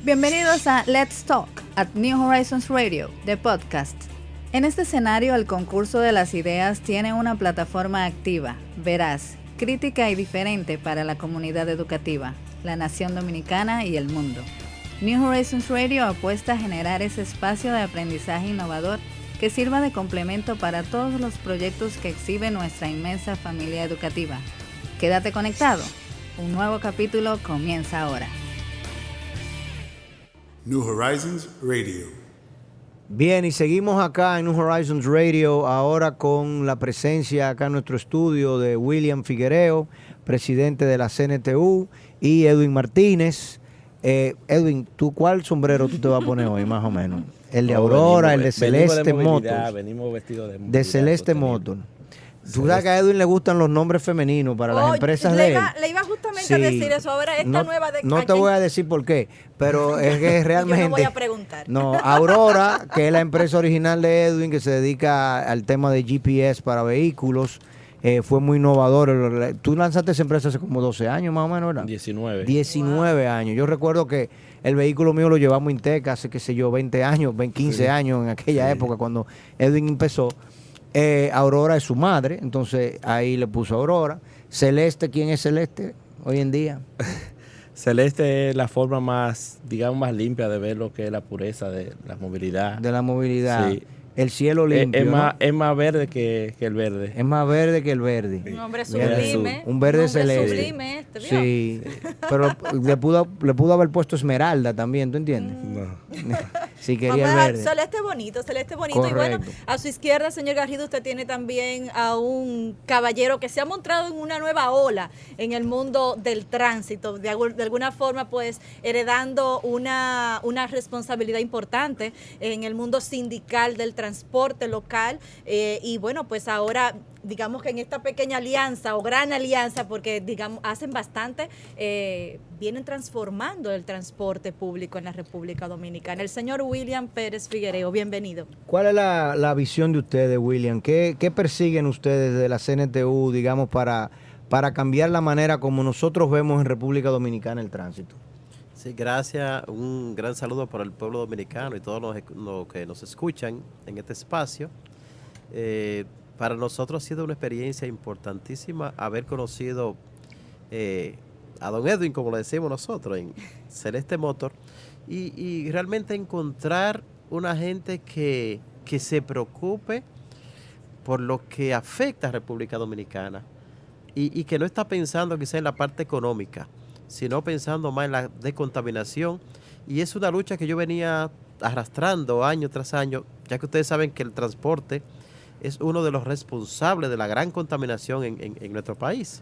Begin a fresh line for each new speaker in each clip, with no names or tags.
Bienvenidos a Let's Talk at New Horizons Radio, the podcast. En este escenario, el concurso de las ideas tiene una plataforma activa, veraz, crítica y diferente para la comunidad educativa, la nación dominicana y el mundo. New Horizons Radio apuesta a generar ese espacio de aprendizaje innovador que sirva de complemento para todos los proyectos que exhibe nuestra inmensa familia educativa. Quédate conectado. Un nuevo capítulo comienza ahora.
New Horizons Radio.
Bien, y seguimos acá en New Horizons Radio, ahora con la presencia acá en nuestro estudio de William Figuereo, presidente de la CNTU, y Edwin Martínez. Edwin, ¿tú cuál sombrero tú te vas a poner hoy, más o menos? ¿El de Aurora, el de Celeste Motors?
Venimos vestidos de movilidad.
De Celeste Motors. Tú sabes que a Edwin le gustan los nombres femeninos para las empresas de él.
Le iba justamente a decir eso. Ahora esta nueva de...
No te voy a decir por qué, pero es que realmente...
Yo no voy a preguntar.
No, Aurora, que es la empresa original de Edwin, que se dedica al tema de GPS para vehículos, fue muy innovador. Tú lanzaste esa empresa hace como 12 años más o menos, ¿verdad? 19 años. Yo recuerdo que el vehículo mío lo llevamos Inteca hace, qué sé yo, 20 años, 15 años en aquella época cuando Edwin empezó. Aurora es su madre, entonces ahí le puso Aurora. Celeste, ¿quién es Celeste hoy en día?
Celeste es la forma más, digamos, más limpia de ver lo que es la pureza de la movilidad.
De la movilidad.
Sí.
El cielo limpio.
Es más verde que el verde.
Es más verde que el verde.
Un hombre sublime.
Un verde celeste.
Sublime este, ¿vio?
Sí, pero le pudo haber puesto esmeralda también, ¿tú entiendes?
No.
Si quería el verde.
Celeste bonito.
Correcto.
Y bueno, a su izquierda, señor Garrido, usted tiene también a un caballero que se ha montado en una nueva ola en el mundo del tránsito, de alguna forma pues heredando una responsabilidad importante en el mundo sindical del transporte local, y bueno, pues ahora digamos que en esta pequeña alianza o gran alianza, porque digamos hacen bastante, vienen transformando el transporte público en la República Dominicana. El señor William Pérez Figuereo, bienvenido.
¿Cuál es la visión de ustedes, William? ¿Qué persiguen ustedes de la CNTU, digamos, para cambiar la manera como nosotros vemos en República Dominicana el tránsito?
Sí, gracias. Un gran saludo para el pueblo dominicano y todos los que nos escuchan en este espacio. Para nosotros ha sido una experiencia importantísima haber conocido a don Edwin, como le decimos nosotros, en Celeste Motor, y realmente encontrar una gente que se preocupe por lo que afecta a República Dominicana y que no está pensando quizá en la parte económica, sino pensando más en la descontaminación. Y es una lucha que yo venía arrastrando año tras año, ya que ustedes saben que el transporte es uno de los responsables de la gran contaminación en nuestro país.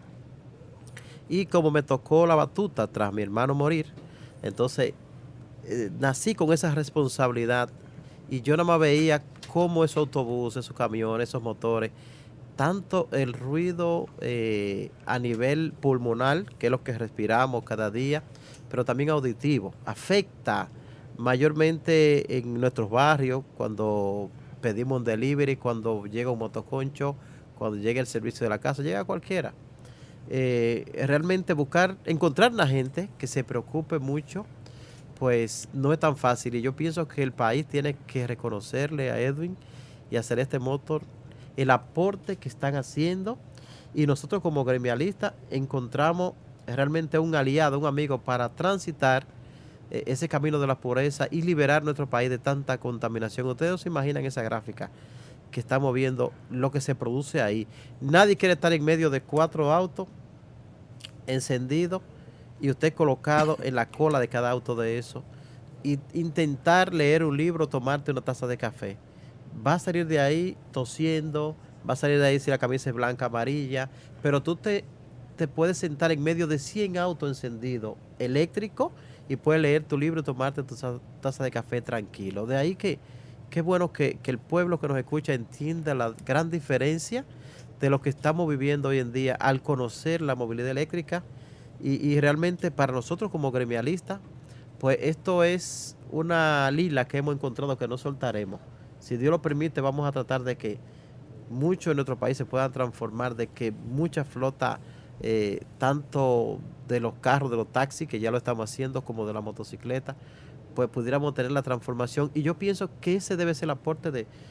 Y como me tocó la batuta tras mi hermano morir, entonces nací con esa responsabilidad y yo nada más veía cómo esos autobuses, esos camiones, esos motores, tanto el ruido a nivel pulmonar, que es lo que respiramos cada día, pero también auditivo, afecta mayormente en nuestros barrios cuando pedimos un delivery, cuando llega un motoconcho, cuando llega el servicio de la casa, llega cualquiera. Realmente encontrar una gente que se preocupe mucho, pues no es tan fácil. Y yo pienso que el país tiene que reconocerle a Edwin y a Celeste Motor el aporte que están haciendo. Y nosotros como gremialistas encontramos realmente un aliado, un amigo para transitar ese camino de la pobreza y liberar nuestro país de tanta contaminación. Ustedes no se imaginan esa gráfica que estamos viendo, lo que se produce ahí. Nadie quiere estar en medio de 4 autos encendidos y usted colocado en la cola de cada auto de eso y intentar leer un libro, tomarte una taza de café. Va a salir de ahí tosiendo, va a salir de ahí si la camisa es blanca, amarilla, pero tú te puedes sentar en medio de 100 autos encendidos eléctricos y puedes leer tu libro y tomarte tu taza de café tranquilo. De ahí que qué bueno que el pueblo que nos escucha entienda la gran diferencia de lo que estamos viviendo hoy en día al conocer la movilidad eléctrica y realmente para nosotros como gremialistas, pues esto es una lila que hemos encontrado que no soltaremos. Si Dios lo permite, vamos a tratar de que muchos de nuestros países se puedan transformar, de que mucha flota tanto de los carros, de los taxis, que ya lo estamos haciendo, como de la motocicleta, pues pudiéramos tener la transformación. Y yo pienso que ese debe ser el aporte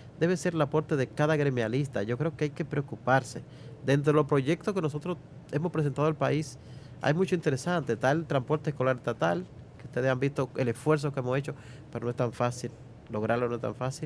de cada gremialista. Yo creo que hay que preocuparse. Dentro de los proyectos que nosotros hemos presentado al país, hay mucho interesante. Está el transporte escolar estatal, que ustedes han visto el esfuerzo que hemos hecho, pero no es tan fácil, lograrlo no es tan fácil.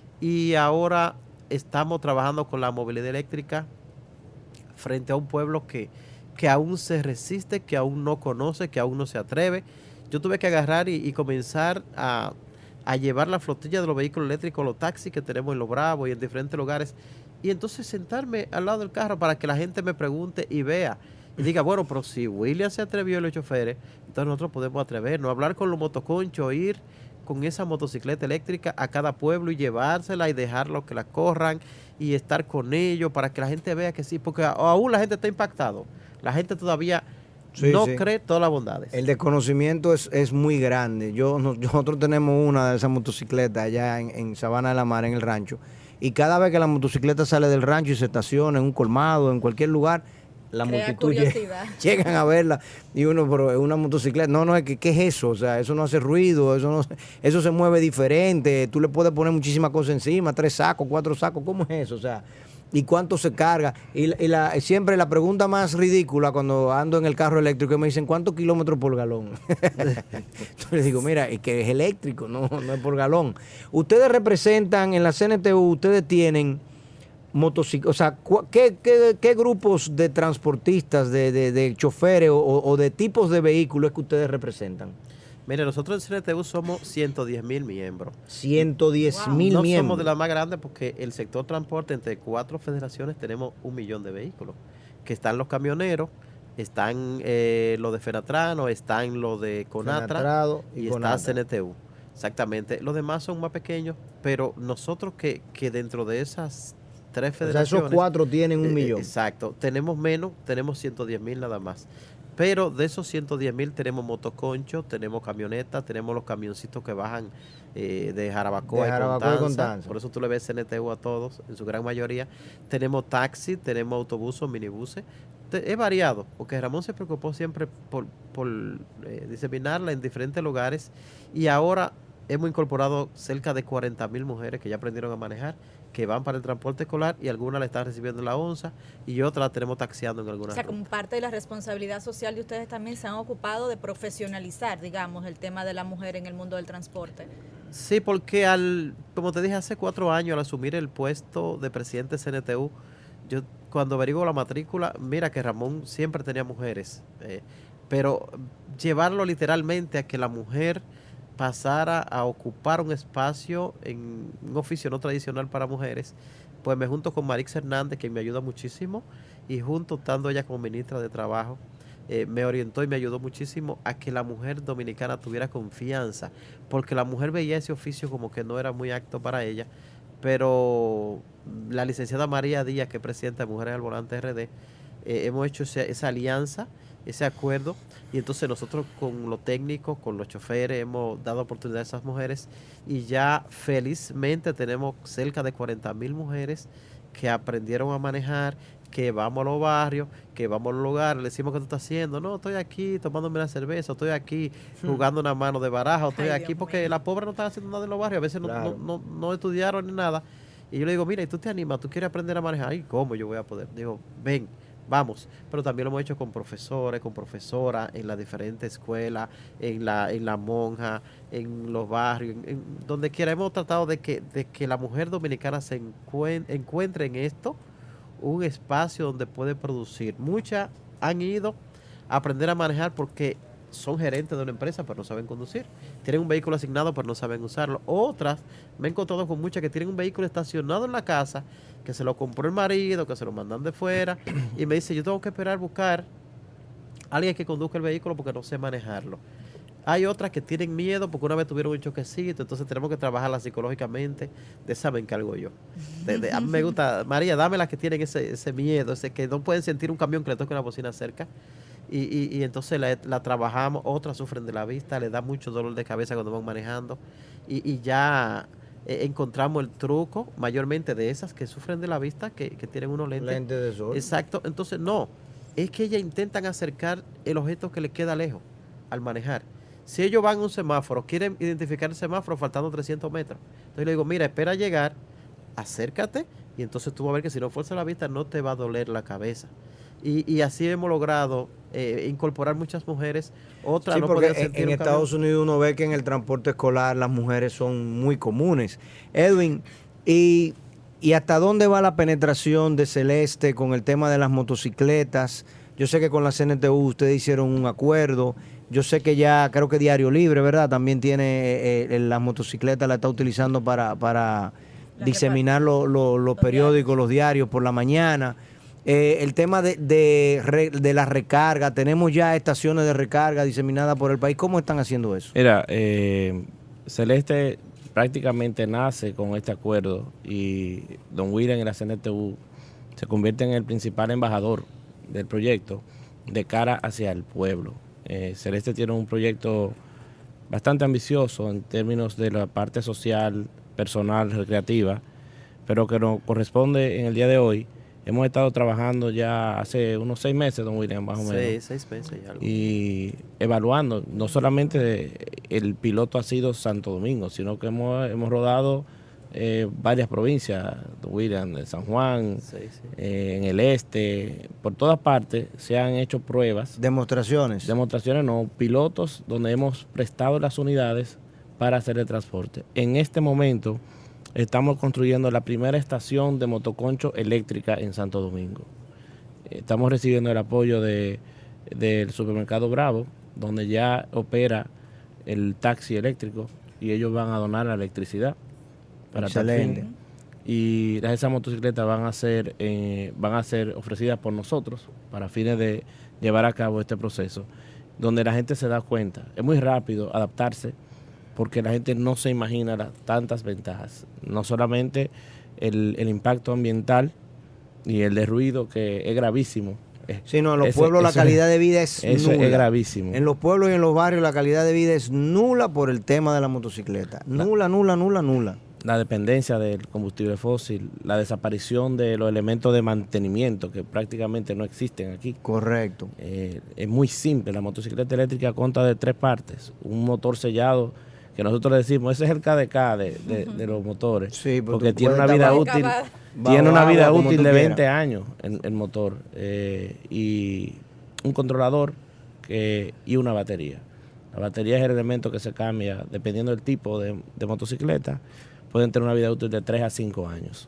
Y ahora estamos trabajando con la movilidad eléctrica frente a un pueblo que aún se resiste, que aún no conoce, que aún no se atreve. Yo tuve que agarrar y comenzar a llevar la flotilla de los vehículos eléctricos, los taxis que tenemos en Los Bravos y en diferentes lugares, y entonces sentarme al lado del carro para que la gente me pregunte y vea, y diga, bueno, pero si William se atrevió y los choferes, entonces nosotros podemos atrevernos, hablar con los motoconchos, ir con esa motocicleta eléctrica a cada pueblo y llevársela y dejarlos que la corran y estar con ellos para que la gente vea que sí, porque aún la gente está impactado. La gente todavía no cree todas las bondades.
El desconocimiento es muy grande. Nosotros tenemos una de esas motocicletas allá en Sabana de la Mar, en el rancho, y cada vez que la motocicleta sale del rancho y se estaciona en un colmado, en cualquier lugar, la multitud llegan a verla y uno, pero es una motocicleta, no, ¿qué es eso? O sea, eso no hace ruido, eso se mueve diferente, tú le puedes poner muchísimas cosas encima, 3 sacos, 4 sacos, ¿cómo es eso? O sea, ¿y cuánto se carga? Siempre la pregunta más ridícula cuando ando en el carro eléctrico, me dicen, ¿cuántos kilómetros por galón? Entonces les digo, mira, es que es eléctrico, no es por galón. Ustedes representan, en la CNTU, ustedes tienen motocicletas, o sea, ¿qué grupos de transportistas, de choferes o de tipos de vehículos es que ustedes representan?
Mire, nosotros en CNTU somos 110,000 miembros.
110,000
no
miembros.
Somos de la más grande porque el sector transporte, entre 4 federaciones, tenemos 1 millón de vehículos. Que están los camioneros, están los de Fenatrano, están los de Conatra y está CNTU. Exactamente. Los demás son más pequeños, pero nosotros que dentro de esas 3 federaciones...
O sea, esos 4 tienen 1 millón.
Exacto. Tenemos menos, tenemos 110,000 nada más. Pero de esos 110,000 tenemos motoconchos, tenemos camionetas, tenemos los camioncitos que bajan de Jarabacoa y Constanza. Por eso tú le ves CNTU a todos, en su gran mayoría. Tenemos taxi, tenemos autobuses, minibuses. Es variado, porque Ramón se preocupó siempre por diseminarla en diferentes lugares. Y ahora hemos incorporado cerca de 40,000 mujeres que ya aprendieron a manejar, que van para el transporte escolar, y algunas la están recibiendo en la ONSA y otras la tenemos taxiando en algunas.
O sea, como parte de la responsabilidad social de ustedes también se han ocupado de profesionalizar, digamos, el tema de la mujer en el mundo del transporte.
Sí, porque como te dije, hace 4 años, al asumir el puesto de presidente de CNTU, yo cuando averiguo la matrícula, mira que Ramón siempre tenía mujeres, pero llevarlo literalmente a que la mujer pasara a ocupar un espacio en un oficio no tradicional para mujeres, pues me junto con Marix Hernández, que me ayuda muchísimo, y junto, estando ella como ministra de Trabajo, me orientó y me ayudó muchísimo a que la mujer dominicana tuviera confianza, porque la mujer veía ese oficio como que no era muy apto para ella, pero la licenciada María Díaz, que es presidenta de Mujeres al Volante RD, hemos hecho esa alianza, ese acuerdo, y entonces nosotros con los técnicos, con los choferes, hemos dado oportunidad a esas mujeres, y ya felizmente tenemos cerca de 40,000 mujeres que aprendieron a manejar, que vamos a los barrios, que vamos a los lugares, le decimos, ¿qué tú estás haciendo? No, estoy aquí tomándome una cerveza, estoy aquí jugando una mano de baraja, estoy aquí porque las pobres no están haciendo nada en los barrios, a veces no estudiaron ni nada, y yo le digo, mira, ¿y tú te animas? ¿Tú quieres aprender a manejar? ¿Y cómo yo voy a poder? Digo, ven, vamos. Pero también lo hemos hecho con profesores, con profesoras en las diferentes escuelas, en la monja, en los barrios, en donde quiera. Hemos tratado de que la mujer dominicana se encuentre en esto un espacio donde puede producir. Muchas han ido a aprender a manejar porque son gerentes de una empresa pero no saben conducir. Tienen un vehículo asignado pero no saben usarlo. Otras, me he encontrado con muchas que tienen un vehículo estacionado en la casa, que se lo compró el marido, que se lo mandan de fuera, y me dice, yo tengo que esperar buscar a alguien que conduzca el vehículo porque no sé manejarlo. Hay otras que tienen miedo porque una vez tuvieron un choquecito, entonces tenemos que trabajarla psicológicamente. De esa me encargo yo. A mí me gusta, María, dame las que tienen ese miedo, ese que no pueden sentir un camión que le toque una bocina cerca. Y entonces la trabajamos. Otras sufren de la vista, les da mucho dolor de cabeza cuando van manejando. Y ya encontramos el truco, mayormente de esas que sufren de la vista, que tienen unos lentes.
Lentes de sol.
Exacto. Entonces, no. es que ellas intentan acercar el objeto que les queda lejos al manejar. Si ellos van a un semáforo, quieren identificar el semáforo faltando 300 metros. Entonces le digo, mira, espera llegar, acércate, y entonces tú vas a ver que si no fuerza la vista no te va a doler la cabeza. Y así hemos logrado incorporar muchas mujeres. Otras
sí,
no
porque
podían sentir
en Estados Unidos uno ve que en el transporte escolar las mujeres son muy comunes. Edwin, ¿y hasta dónde va la penetración de Celeste con el tema de las motocicletas? Yo sé que con la CNTU ustedes hicieron un acuerdo. Yo sé que ya, creo que Diario Libre, ¿verdad? También tiene las motocicletas, la está utilizando para diseminar los periódicos, los diarios por la mañana. El tema de la recarga, tenemos ya estaciones de recarga diseminadas por el país. ¿Cómo están haciendo eso?
Mira, Celeste prácticamente nace con este acuerdo y don William y la CNTU se convierten en el principal embajador del proyecto de cara hacia el pueblo. Celeste tiene un proyecto bastante ambicioso en términos de la parte social, personal, recreativa, pero que nos corresponde en el día de hoy. Hemos estado trabajando ya hace unos 6 meses, don William, más o menos.
6 meses ya.
Y evaluando, no solamente el piloto ha sido Santo Domingo, sino que hemos rodado varias provincias, don William, de San Juan, en el este, por todas partes se han hecho pruebas.
¿Demostraciones?
Demostraciones no, pilotos donde hemos prestado las unidades para hacer el transporte. En este momento estamos construyendo la primera estación de motoconcho eléctrica en Santo Domingo. Estamos recibiendo el apoyo del supermercado Bravo, donde ya opera el taxi eléctrico y ellos van a donar la electricidad para tal fin. Y esas motocicletas van a ser ofrecidas por nosotros para fines de llevar a cabo este proceso, donde la gente se da cuenta. Es muy rápido adaptarse, porque la gente no se imagina tantas ventajas. No solamente el impacto ambiental y el de ruido, que es gravísimo.
Sino en los pueblos la calidad de vida es nula.
Eso es gravísimo.
En los pueblos y en los barrios la calidad de vida es nula por el tema de la motocicleta. Nula.
La dependencia del combustible fósil, la desaparición de los elementos de mantenimiento que prácticamente no existen aquí.
Correcto.
Es muy simple. La motocicleta eléctrica consta de 3 partes. Un motor sellado, que nosotros le decimos, ese es el KDK de los motores,
sí,
porque tiene una vida útil, de 20 años el motor, y un controlador y una batería. La batería es el elemento que se cambia dependiendo del tipo de motocicleta. Pueden tener una vida útil de 3 a 5 años.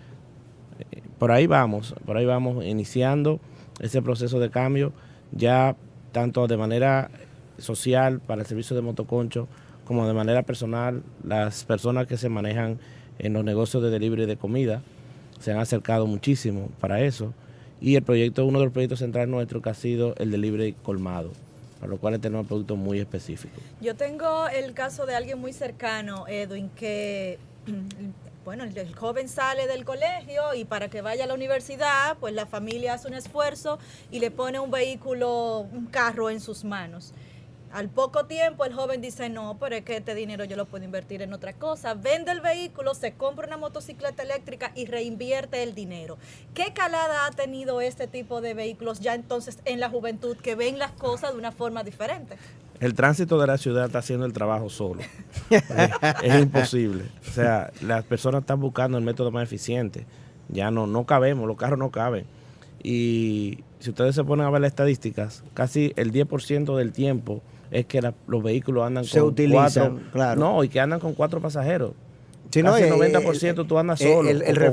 Por ahí vamos iniciando ese proceso de cambio, ya tanto de manera social para el servicio de motoconcho, como de manera personal. Las personas que se manejan en los negocios de delivery de comida se han acercado muchísimo para eso, y uno de los proyectos centrales nuestros que ha sido el delivery colmado, para lo cual tenemos un producto muy específico.
Yo tengo el caso de alguien muy cercano, Edwin, que bueno, el joven sale del colegio y para que vaya a la universidad, pues la familia hace un esfuerzo y le pone un carro en sus manos. Al poco tiempo el joven dice, no, pero es que este dinero yo lo puedo invertir en otra cosa. Vende el vehículo, se compra una motocicleta eléctrica y reinvierte el dinero. ¿Qué calada ha tenido este tipo de vehículos ya entonces en la juventud, que ven las cosas de una forma diferente?
El tránsito de la ciudad está haciendo el trabajo solo. Es imposible. O sea, las personas están buscando el método más eficiente. Ya no cabemos, los carros no caben. Y si ustedes se ponen a ver las estadísticas, casi el 10% del tiempo es que los vehículos andan con 4, claro. No, y que andan con 4 pasajeros.
Sí,
casi el 90% tú andas solo.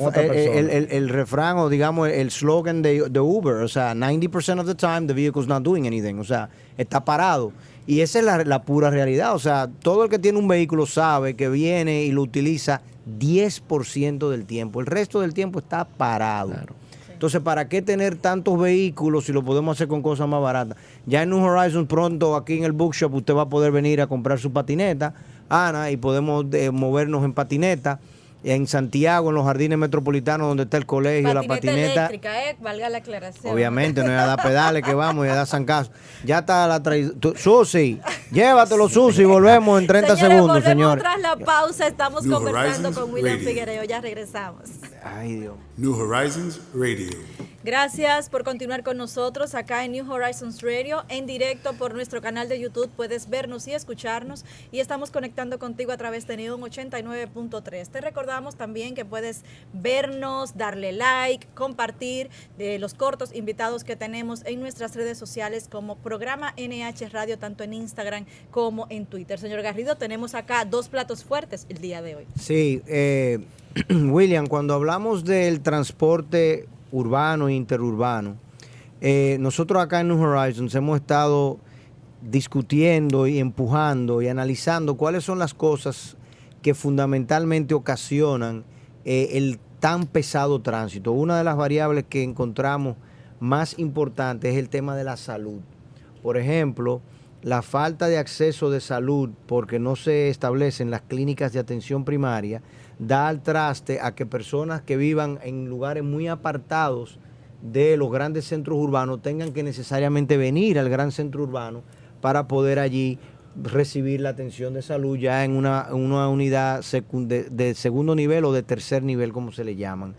El refrán, o digamos el slogan de Uber, o sea, 90% of the time the vehicle's not doing anything, o sea, está parado. Y esa es la pura realidad. O sea, todo el que tiene un vehículo sabe que viene y lo utiliza 10% del tiempo. El resto del tiempo está parado. Claro. Entonces, ¿para qué tener tantos vehículos si lo podemos hacer con cosas más baratas? Ya en New Horizons pronto, aquí en el bookshop, usted va a poder venir a comprar su patineta, Ana, y podemos movernos en patineta. En Santiago, en los jardines metropolitanos donde está el colegio, la patineta
eléctrica, valga la aclaración.
Obviamente, no es a dar pedales que vamos y a dar zancazo. Ya está la Susi, llévatelo, Susi, volvemos en 30 segundos,
volvemos
señores.
Tras la pausa, estamos conversando con William Figueiredo, ya regresamos.
Ay, Dios.
New Horizons Radio.
Gracias por continuar con nosotros acá en New Horizons Radio, en directo por nuestro canal de YouTube. Puedes vernos y escucharnos y estamos conectando contigo a través de Neon 89.3. Te recordamos también que puedes vernos, darle like, compartir los cortos invitados que tenemos en nuestras redes sociales como Programa NH Radio, tanto en Instagram como en Twitter. Señor Garrido, tenemos acá dos platos fuertes el día de hoy.
Sí, William, cuando hablamos del transporte urbano e interurbano, nosotros acá en New Horizons hemos estado discutiendo y empujando y analizando cuáles son las cosas que fundamentalmente ocasionan el tan pesado tránsito. Una de las variables que encontramos más importante es el tema de la salud. Por ejemplo, la falta de acceso de salud porque no se establecen las clínicas de atención primaria da al traste a que personas que vivan en lugares muy apartados de los grandes centros urbanos tengan que necesariamente venir al gran centro urbano para poder allí recibir la atención de salud ya en una unidad de segundo nivel o de tercer nivel, como se le llaman.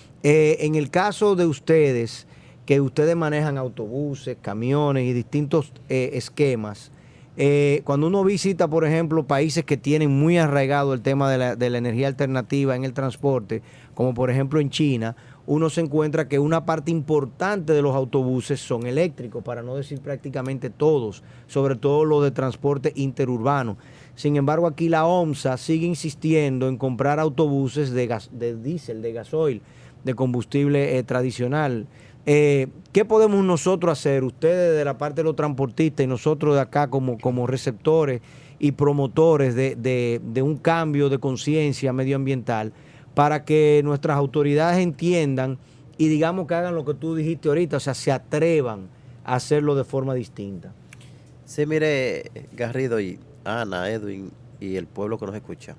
En el caso de ustedes, que ustedes manejan autobuses, camiones y distintos esquemas, cuando uno visita, por ejemplo, países que tienen muy arraigado el tema de la energía alternativa en el transporte, como por ejemplo en China, uno se encuentra que una parte importante de los autobuses son eléctricos, para no decir prácticamente todos, sobre todo los de transporte interurbano. Sin embargo, aquí la OMSA sigue insistiendo en comprar autobuses de diésel, de gasoil, de combustible tradicional. ¿Qué podemos nosotros hacer, ustedes de la parte de los transportistas y nosotros de acá como receptores y promotores de un cambio de conciencia medioambiental para que nuestras autoridades entiendan y digamos que hagan lo que tú dijiste ahorita, o sea, se atrevan a hacerlo de forma distinta?
Sí, mire, Garrido y Ana, Edwin y el pueblo que nos escucha,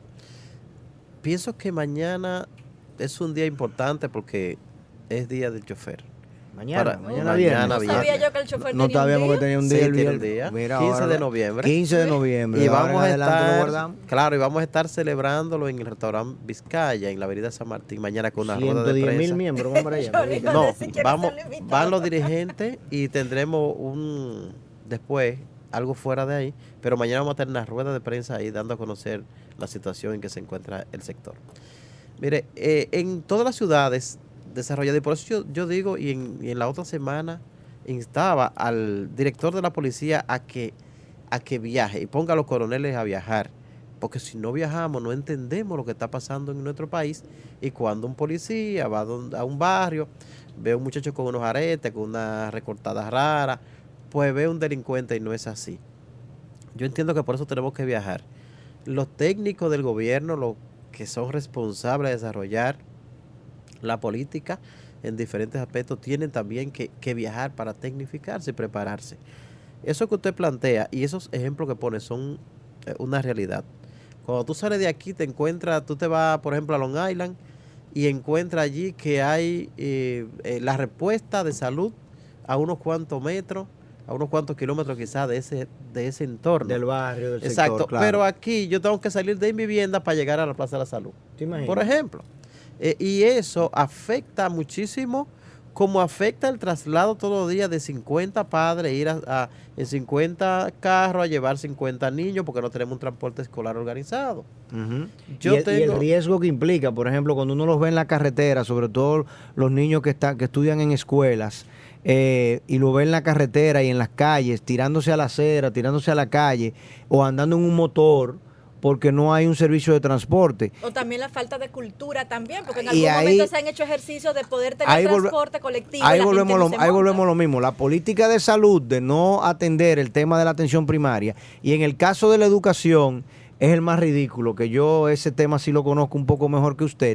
pienso que mañana es un día importante porque es día del chofer.
Mañana
no sabía yo que el chofer
no sabíamos que tenía un día.
Sí,
el
tiene un día.
Mira,
15 de noviembre.
15 de noviembre.
Y vamos a estar, claro, y vamos a estar celebrándolo en el restaurante Vizcaya, en la avenida San Martín, mañana con una rueda de prensa.
110,000 miembros, vamos para allá.
No, van los dirigentes y tendremos después algo fuera de ahí, pero mañana vamos a tener una rueda de prensa ahí dando a conocer la situación en que se encuentra el sector. Mire, en todas las ciudades desarrollada, y por eso yo digo, y en la otra semana instaba al director de la policía a que viaje y ponga a los coroneles a viajar, porque si no viajamos no entendemos lo que está pasando en nuestro país. Y cuando un policía va a un barrio, ve a un muchacho con unos aretes, con unas recortadas raras, pues ve a un delincuente y no es así. Yo entiendo que por eso tenemos que viajar. Los técnicos del gobierno, los que son responsables de desarrollar la política en diferentes aspectos, tienen también que viajar para tecnificarse y prepararse. Eso que usted plantea y esos ejemplos que pone son una realidad. Cuando tú sales de aquí tú te vas, por ejemplo, a Long Island y encuentras allí que hay la respuesta de salud a unos cuantos metros, a unos cuantos kilómetros quizás de ese entorno.
Del barrio, del
Exacto,
sector, claro.
Pero aquí yo tengo que salir de mi vivienda para llegar a la Plaza de la Salud.
¿Te imaginas?
Por ejemplo. Y eso afecta muchísimo, como afecta el traslado todos los días de 50 padres, ir en 50 carros a llevar 50 niños porque no tenemos un transporte escolar organizado. Uh-huh. Y el
riesgo que implica, por ejemplo, cuando uno los ve en la carretera, sobre todo los niños que estudian en escuelas, y lo ve en la carretera y en las calles, tirándose a la acera, tirándose a la calle o andando en un motor, porque no hay un servicio de transporte.
O también la falta de cultura también, porque en algún momento se han hecho ejercicios de poder tener transporte colectivo.
Ahí volvemos lo mismo, la política de salud de no atender el tema de la atención primaria, y en el caso de la educación es el más ridículo, que yo ese tema sí lo conozco un poco mejor que usted,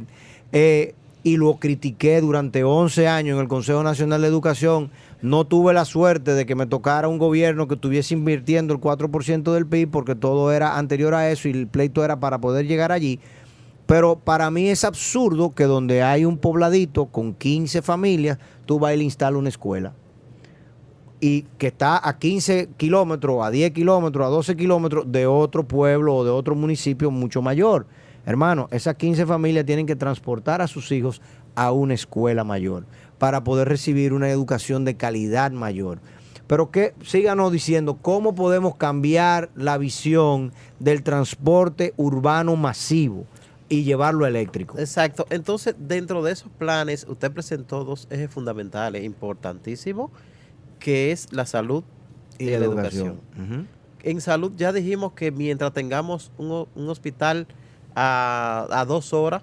y lo critiqué durante 11 años en el Consejo Nacional de Educación. No tuve la suerte de que me tocara un gobierno que estuviese invirtiendo el 4% del PIB, porque todo era anterior a eso y el pleito era para poder llegar allí. Pero para mí es absurdo que donde hay un pobladito con 15 familias, tú vas y le instalas una escuela. Y que está a 15 kilómetros, a 10 kilómetros, a 12 kilómetros de otro pueblo o de otro municipio mucho mayor. Hermano, esas 15 familias tienen que transportar a sus hijos a una escuela mayor, para poder recibir una educación de calidad mayor. Pero que síganos diciendo cómo podemos cambiar la visión del transporte urbano masivo y llevarlo a eléctrico.
Exacto. Entonces, dentro de esos planes, usted presentó 2 ejes fundamentales importantísimos, que es la salud y la educación. En salud ya dijimos que mientras tengamos un hospital a 2 horas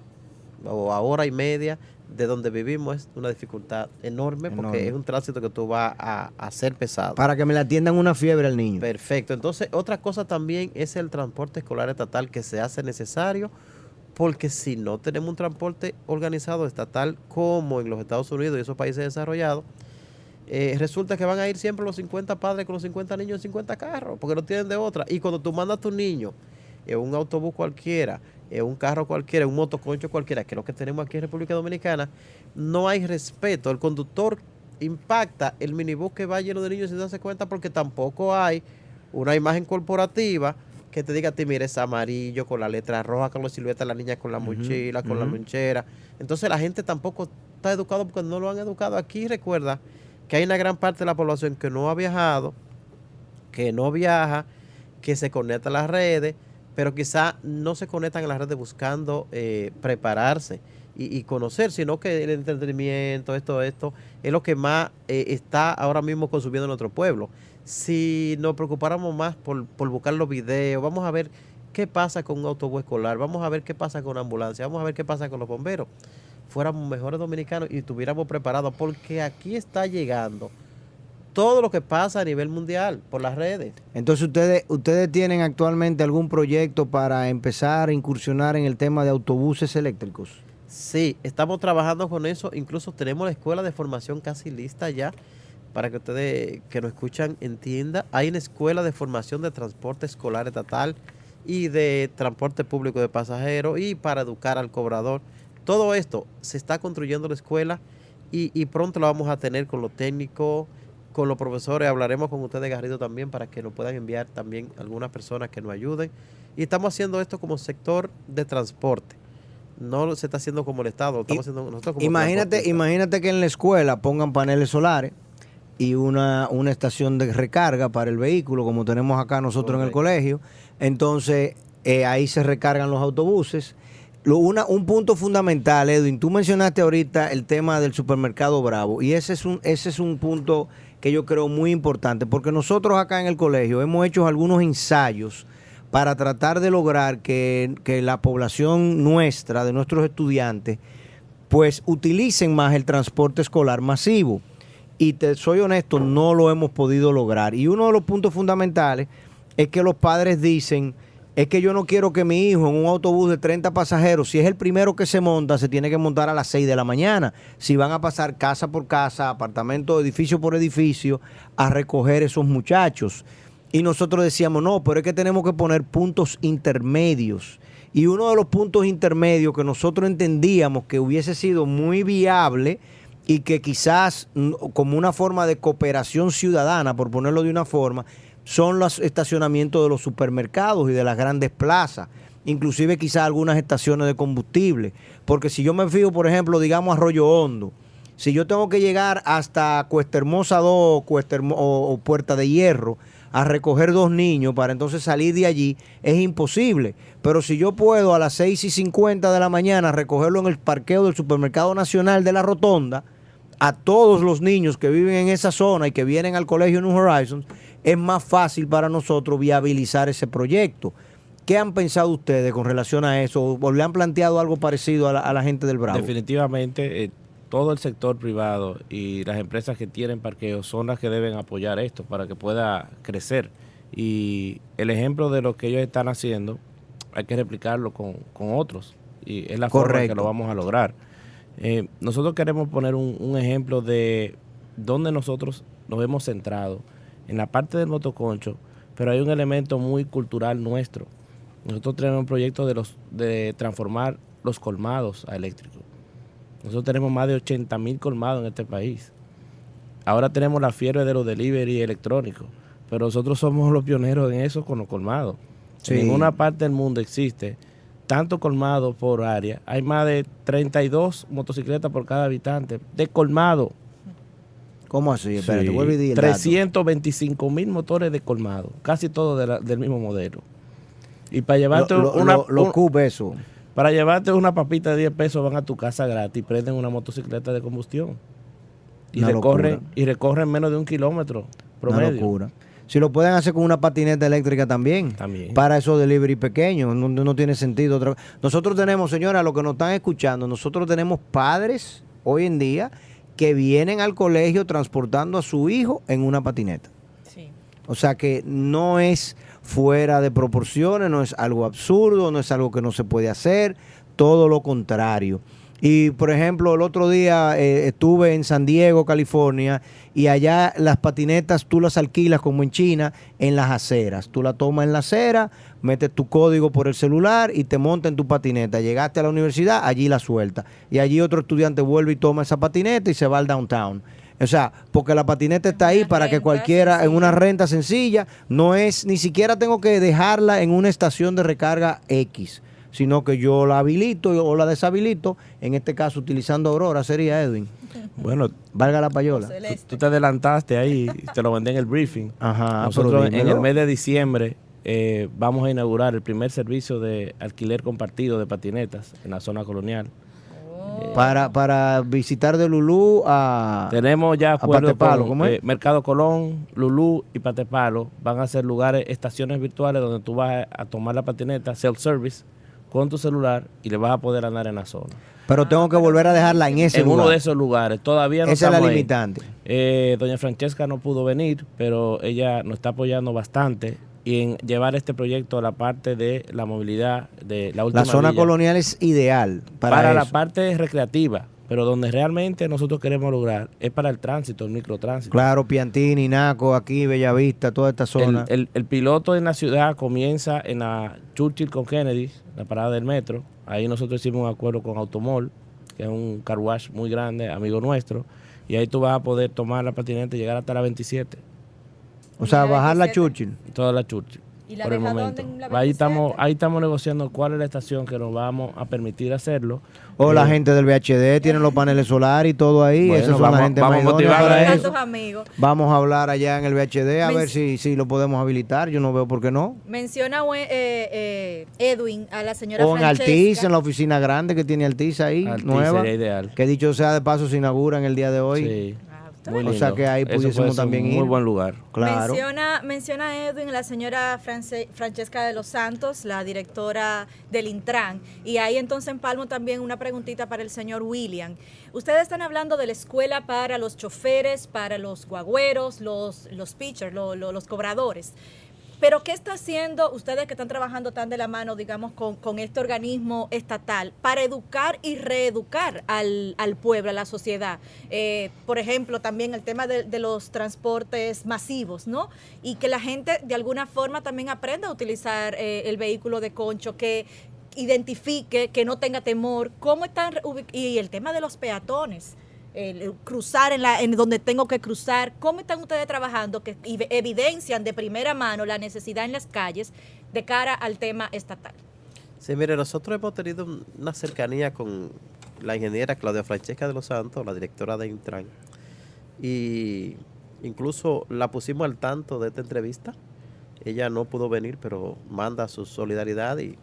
o a hora y media de donde vivimos, es una dificultad enorme porque es un tránsito que tú vas a hacer pesado.
Para que me le atiendan una fiebre al niño.
Perfecto. Entonces, otra cosa también es el transporte escolar estatal que se hace necesario, porque si no tenemos un transporte organizado estatal como en los Estados Unidos y esos países desarrollados, resulta que van a ir siempre los 50 padres con los 50 niños en 50 carros, porque no tienen de otra. Y cuando tú mandas a tu niño en un autobús cualquiera, en un carro cualquiera, en un motoconcho cualquiera, que es lo que tenemos aquí en República Dominicana, no hay respeto. El conductor impacta el minibús que va lleno de niños sin darse cuenta, porque tampoco hay una imagen corporativa que te diga a ti, mira, es amarillo, con la letra roja, con la silueta de la niña, con la mochila, con la lonchera. Entonces la gente tampoco está educada porque no lo han educado. Aquí recuerda que hay una gran parte de la población que no ha viajado, que no viaja, que se conecta a las redes, pero quizá no se conectan a las redes buscando prepararse y conocer, sino que el entretenimiento, esto es lo que más está ahora mismo consumiendo nuestro pueblo. Si nos preocupáramos más por buscar los videos, vamos a ver qué pasa con un autobús escolar, vamos a ver qué pasa con una ambulancia, vamos a ver qué pasa con los bomberos, fuéramos mejores dominicanos y estuviéramos preparados, porque aquí está llegando todo lo que pasa a nivel mundial por las redes.
Entonces, ¿ustedes tienen actualmente algún proyecto para empezar a incursionar en el tema de autobuses eléctricos?
Sí, estamos trabajando con eso. Incluso tenemos la escuela de formación casi lista ya, para que ustedes que nos escuchan entiendan. Hay una escuela de formación de transporte escolar estatal y de transporte público de pasajeros, y para educar al cobrador. Todo esto se está construyendo la escuela y pronto la vamos a tener con los técnicos, con los profesores. Hablaremos con ustedes, Garrido, también, para que nos puedan enviar también algunas personas que nos ayuden. Y estamos haciendo esto como sector de transporte. No se está haciendo como el Estado, lo estamos haciendo nosotros como
imagínate que en la escuela pongan paneles solares y una estación de recarga para el vehículo, como tenemos acá nosotros en el colegio. Entonces, ahí se recargan los autobuses. Un punto fundamental, Edwin, tú mencionaste ahorita el tema del supermercado Bravo, y ese es un punto que yo creo muy importante, porque nosotros acá en el colegio hemos hecho algunos ensayos para tratar de lograr que la población nuestra, de nuestros estudiantes, pues utilicen más el transporte escolar masivo. Y te soy honesto, no lo hemos podido lograr. Y uno de los puntos fundamentales es que los padres dicen, es que yo no quiero que mi hijo en un autobús de 30 pasajeros, si es el primero que se monta, se tiene que montar a las 6 de la mañana. Si van a pasar casa por casa, apartamento, edificio por edificio, a recoger esos muchachos. Y nosotros decíamos, no, pero es que tenemos que poner puntos intermedios. Y uno de los puntos intermedios que nosotros entendíamos que hubiese sido muy viable y que quizás como una forma de cooperación ciudadana, por ponerlo de una forma, son los estacionamientos de los supermercados y de las grandes plazas, inclusive quizás algunas estaciones de combustible. Porque si yo me fijo, por ejemplo, digamos Arroyo Hondo, si yo tengo que llegar hasta Cuesta Hermosa 2 o Puerta de Hierro a recoger 2 niños para entonces salir de allí, es imposible. Pero si yo puedo a las 6:50 de la mañana recogerlo en el parqueo del Supermercado Nacional de la Rotonda, a todos los niños que viven en esa zona y que vienen al colegio New Horizons, es más fácil para nosotros viabilizar ese proyecto. ¿Qué han pensado ustedes con relación a eso? ¿O le han planteado algo parecido a la gente del Bravo?
Definitivamente, todo el sector privado y las empresas que tienen parqueos son las que deben apoyar esto para que pueda crecer. Y el ejemplo de lo que ellos están haciendo, hay que replicarlo con otros. Y es la forma en que lo vamos a lograr. Nosotros queremos poner un ejemplo de donde nosotros nos hemos centrado en la parte del motoconcho, pero hay un elemento muy cultural nuestro. Nosotros tenemos un proyecto de transformar los colmados a eléctricos. Nosotros tenemos más de 80,000 colmados en este país. Ahora tenemos la fiebre de los delivery electrónicos, pero nosotros somos los pioneros en eso con los colmados. Sí. En ninguna parte del mundo existe tanto colmado por área. Hay más de 32 motocicletas por cada habitante de colmado.
¿Cómo así? Espérate,
Sí,
vuelve y di el
325,000 motores de colmado, casi todos del mismo modelo. Y para llevarte para llevarte una papita de 10 pesos van a tu casa gratis, prenden una motocicleta de combustión. Y recorren menos de 1 kilómetro promedio.
Una locura. Si lo pueden hacer con una patineta eléctrica también. Para esos delivery pequeños, no tiene sentido. Nosotros tenemos, señora, los que nos están escuchando, nosotros tenemos padres hoy en día que vienen al colegio transportando a su hijo en una patineta.
Sí.
O sea que no es fuera de proporciones, no es algo absurdo, no es algo que no se puede hacer, todo lo contrario. Y, por ejemplo, el otro día estuve en San Diego, California, y allá las patinetas tú las alquilas como en China en las aceras. Tú la tomas en la acera, metes tu código por el celular y te montas en tu patineta. Llegaste a la universidad, allí la sueltas. Y allí otro estudiante vuelve y toma esa patineta y se va al downtown. O sea, porque la patineta está ahí para que cualquiera, en una renta sencilla, no es, ni siquiera tengo que dejarla en una estación de recarga X, sino que yo la habilito o la deshabilito, en este caso utilizando Aurora sería, Edwin.
Bueno,
valga la payola.
Tú te adelantaste ahí, te lo mandé en el briefing.
Ajá.
Nosotros en el mes de diciembre vamos a inaugurar el primer servicio de alquiler compartido de patinetas en la zona colonial.
Para visitar de Lulú a...
Tenemos ya acuerdo
Patepalo,
con Mercado Colón, Lulú y Patepalo. Van a ser lugares, estaciones virtuales donde tú vas a tomar la patineta, self-service, con tu celular y le vas a poder andar en la zona.
Pero tengo que volver a dejarla en ese lugar.
En uno de esos lugares. Todavía no
esa
estamos
es la limitante.
Doña Francesca no pudo venir, pero ella nos está apoyando bastante y en llevar este proyecto a la parte de la movilidad de la última
La zona
villa.
colonial es ideal para
la
eso.
parte recreativa, pero donde realmente nosotros queremos lograr es para el tránsito, el microtránsito.
Claro, Piantini, Naco, aquí, Bellavista, toda esta zona.
El piloto en la ciudad comienza en la Churchill con Kennedy, la parada del metro. Ahí nosotros hicimos un acuerdo con Automol, que es un car wash muy grande, amigo nuestro, y ahí tú vas a poder tomar la patineta y llegar hasta la 27.
O sea, bajar la Churchill.
Toda la Churchill.
¿Y la
por el
deja
momento.
dónde en la
Ahí
27?
estamos negociando cuál es la estación que nos vamos a permitir hacerlo.
O la gente del VHD tienen los paneles solares y todo ahí.
Bueno,
Esas son la gente
vamos a
más idónea
motivar
para
a
eso.
Tantos amigos.
Vamos a hablar allá en el VHD a ver si lo podemos habilitar. Yo no veo por qué no.
Menciona Edwin a la señora
O en
Francesca.
Altiz, en la oficina grande que tiene Altiz ahí,
Altiz
nueva.
sería ideal.
Que dicho sea de paso, se inauguran el día de hoy.
Sí.
Muy
lindo.
O sea que ahí
Eso
pudiésemos
puede ser
también
un
ir.
muy buen lugar.
Claro.
Menciona Edwin a la señora Francesca de los Santos, la directora del Intran. Y ahí entonces empalmo también una preguntita para el señor William. Ustedes están hablando de la escuela para los choferes, para los guagüeros, los pitchers, los cobradores. Pero ¿qué está haciendo ustedes que están trabajando tan de la mano, digamos, con este organismo estatal para educar y reeducar al pueblo, a la sociedad? Por ejemplo, también el tema de los transportes masivos, ¿no? Y que la gente de alguna forma también aprenda a utilizar el vehículo de concho, que identifique, que no tenga temor. ¿Cómo están? Y el tema de los peatones. Cruzar en donde tengo que cruzar. ¿Cómo están ustedes trabajando que evidencian de primera mano la necesidad en las calles de cara al tema estatal?
Sí, mire, nosotros hemos tenido una cercanía con la ingeniera Claudia Francesca de los Santos, la directora de Intran, y incluso la pusimos al tanto de esta entrevista. Ella no pudo venir, pero manda su solidaridad y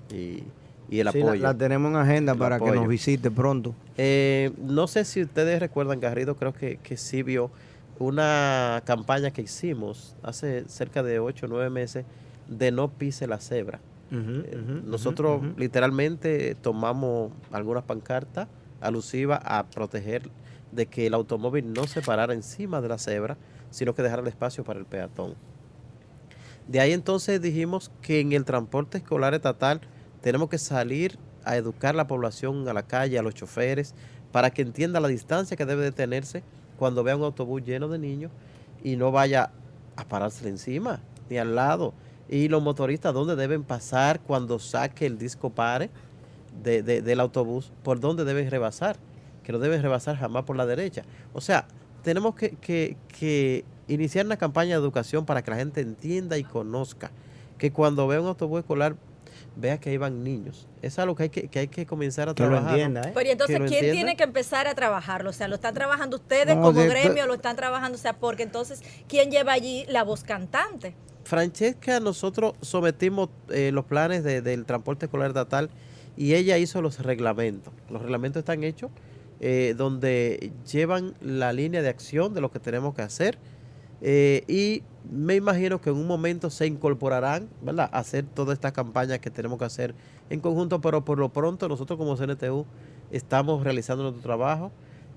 el apoyo.
La tenemos en agenda para que nos visite pronto.
No sé si ustedes recuerdan, Garrido, creo que sí vio una campaña que hicimos hace cerca de 8 o 9 meses de no pise la cebra. Nosotros literalmente tomamos algunas pancartas alusivas a proteger de que el automóvil no se parara encima de la cebra, sino que dejara el espacio para el peatón. De ahí entonces dijimos que en el transporte escolar estatal tenemos que salir a educar a la población, a la calle, a los choferes, para que entienda la distancia que debe de tenerse cuando vea un autobús lleno de niños y no vaya a pararse encima ni al lado. Y los motoristas, ¿dónde deben pasar cuando saque el disco pare del autobús? ¿Por dónde deben rebasar? Que no deben rebasar jamás por la derecha. O sea, tenemos que iniciar una campaña de educación para que la gente entienda y conozca que cuando vea un autobús escolar vea que ahí van niños. Es algo que hay que comenzar a trabajar.
Lo entienda,
¿no?
¿eh?
Pero y entonces, ¿quién tiene que empezar a trabajarlo? O sea, ¿lo están trabajando ustedes como gremio? ¿Lo están trabajando? O sea, porque entonces, ¿quién lleva allí la voz cantante?
Francesca, nosotros sometimos los planes del transporte escolar estatal y ella hizo los reglamentos. Los reglamentos están hechos donde llevan la línea de acción de lo que tenemos que hacer y me imagino que en un momento se incorporarán, ¿verdad?, a hacer toda esta campaña que tenemos que hacer en conjunto, pero por lo pronto nosotros como CNTU estamos realizando nuestro trabajo.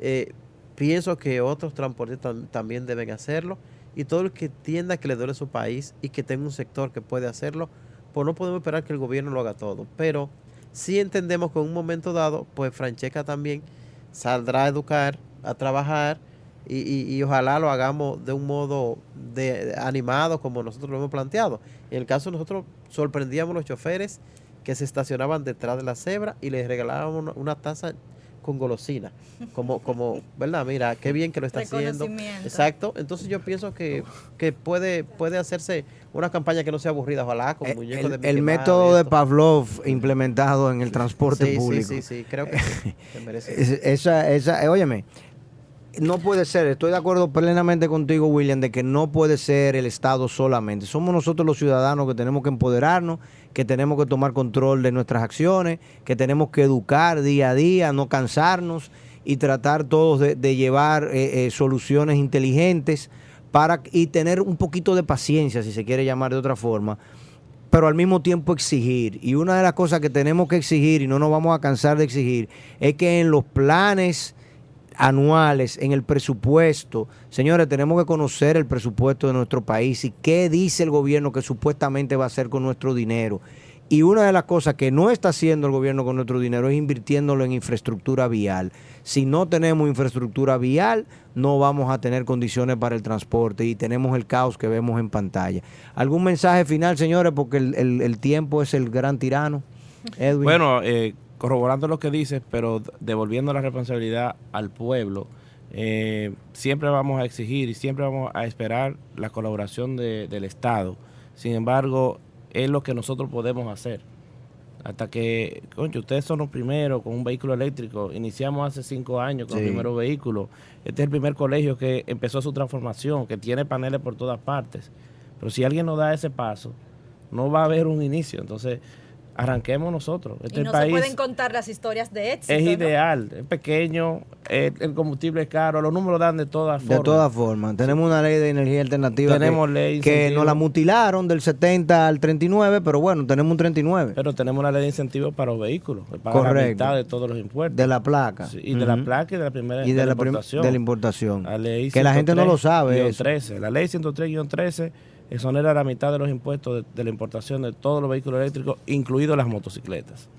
Pienso que otros transportistas también deben hacerlo. Y todo el que entienda que le duele su país y que tenga un sector que puede hacerlo, pues no podemos esperar que el gobierno lo haga todo. Pero sí entendemos que en un momento dado, pues Francesca también saldrá a educar, a trabajar y ojalá lo hagamos de un modo animado como nosotros lo hemos planteado. En el caso nosotros sorprendíamos a los choferes que se estacionaban detrás de la cebra y les regalábamos una taza con golosina, como, ¿verdad? Mira, qué bien que lo está haciendo. Exacto. Entonces yo pienso que puede hacerse una campaña que no sea aburrida, ojalá, con muñecos de Mickey
el método de Pavlov implementado en el transporte público.
Sí, creo que sí. merece.
Óyeme, no puede ser, estoy de acuerdo plenamente contigo, William, de que no puede ser el Estado solamente. Somos nosotros los ciudadanos que tenemos que empoderarnos, que tenemos que tomar control de nuestras acciones, que tenemos que educar día a día, no cansarnos y tratar todos de llevar soluciones inteligentes y tener un poquito de paciencia, si se quiere llamar de otra forma, pero al mismo tiempo exigir. Y una de las cosas que tenemos que exigir, y no nos vamos a cansar de exigir, es que en los planes anuales, en el presupuesto, señores, tenemos que conocer el presupuesto de nuestro país y qué dice el gobierno que supuestamente va a hacer con nuestro dinero. Y una de las cosas que no está haciendo el gobierno con nuestro dinero es invirtiéndolo en infraestructura vial. Si no tenemos infraestructura vial, no vamos a tener condiciones para el transporte y tenemos el caos que vemos en pantalla. ¿Algún mensaje final, señores? Porque el tiempo es el gran tirano. Edwin.
Bueno, corroborando lo que dices, pero devolviendo la responsabilidad al pueblo, siempre vamos a exigir y siempre vamos a esperar la colaboración del Estado. Sin embargo, es lo que nosotros podemos hacer. Hasta que, concho, ustedes son los primeros con un vehículo eléctrico. Iniciamos hace 5 años con los primeros vehículos. Este es el primer colegio que empezó su transformación, que tiene paneles por todas partes. Pero si alguien no da ese paso, no va a haber un inicio. Entonces, arranquemos nosotros.
Y no se pueden contar las historias de éxito.
Es ideal, ¿no? Es pequeño, el combustible es caro, los números dan de todas formas.
De todas formas. Tenemos una ley de energía alternativa. Tenemos ley que nos la mutilaron del 70 al 39, pero bueno, tenemos un 39.
Pero tenemos una ley de incentivos para los vehículos, para la mitad de todos los impuestos.
De la placa.
Sí, y de la placa y de la primera y de la importación.
De la importación.
La ley
que la gente no lo sabe.
13. La ley 103-13 exonera la mitad de los impuestos de la importación de todos los vehículos eléctricos, incluidos las motocicletas.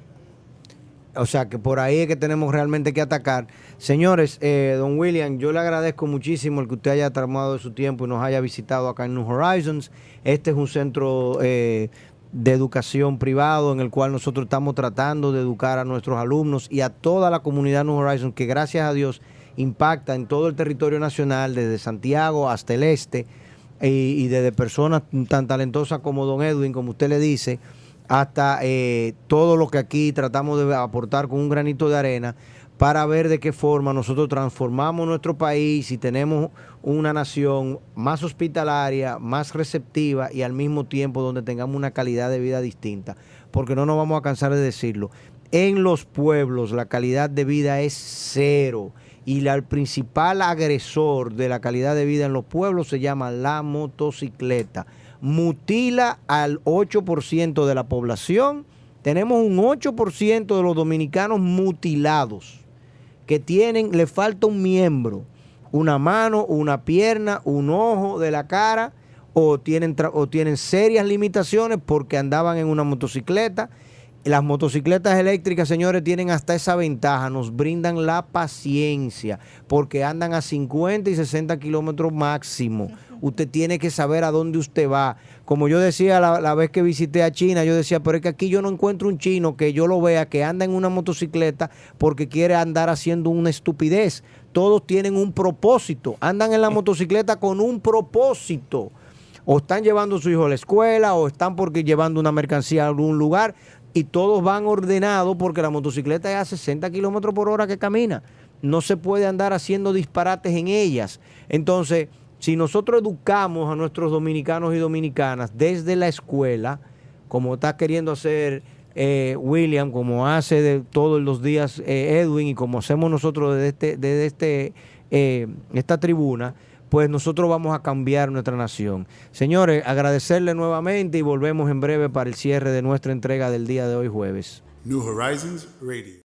O sea, que por ahí es que tenemos realmente que atacar. Señores, don William, yo le agradezco muchísimo el que usted haya tomado de su tiempo y nos haya visitado acá en New Horizons. Este es un centro de educación privado en el cual nosotros estamos tratando de educar a nuestros alumnos y a toda la comunidad New Horizons, que gracias a Dios impacta en todo el territorio nacional, desde Santiago hasta el este, y desde personas tan talentosas como don Edwin, como usted le dice, hasta todo lo que aquí tratamos de aportar con un granito de arena para ver de qué forma nosotros transformamos nuestro país y tenemos una nación más hospitalaria, más receptiva y al mismo tiempo donde tengamos una calidad de vida distinta. Porque no nos vamos a cansar de decirlo. En los pueblos la calidad de vida es cero. Y el principal agresor de la calidad de vida en los pueblos se llama la motocicleta. Mutila al 8% de la población. Tenemos un 8% de los dominicanos mutilados, que le falta un miembro, una mano, una pierna, un ojo de la cara, o tienen serias limitaciones porque andaban en una motocicleta. Las motocicletas eléctricas, señores, tienen hasta esa ventaja, nos brindan la paciencia, porque andan a 50 y 60 kilómetros máximo. Usted tiene que saber a dónde usted va. Como yo decía la vez que visité a China, yo decía, pero es que aquí yo no encuentro un chino que yo lo vea que anda en una motocicleta porque quiere andar haciendo una estupidez. Todos tienen un propósito, andan en la motocicleta con un propósito. O están llevando a su hijo a la escuela, o están porque llevando una mercancía a algún lugar. y todos van ordenados porque la motocicleta es a 60 kilómetros por hora que camina. No se puede andar haciendo disparates en ellas. Entonces, si nosotros educamos a nuestros dominicanos y dominicanas desde la escuela, como está queriendo hacer William, como hace de todos los días Edwin y como hacemos nosotros desde esta tribuna, pues nosotros vamos a cambiar nuestra nación. Señores, agradecerle nuevamente y volvemos en breve para el cierre de nuestra entrega del día de hoy jueves.
New Horizons Radio.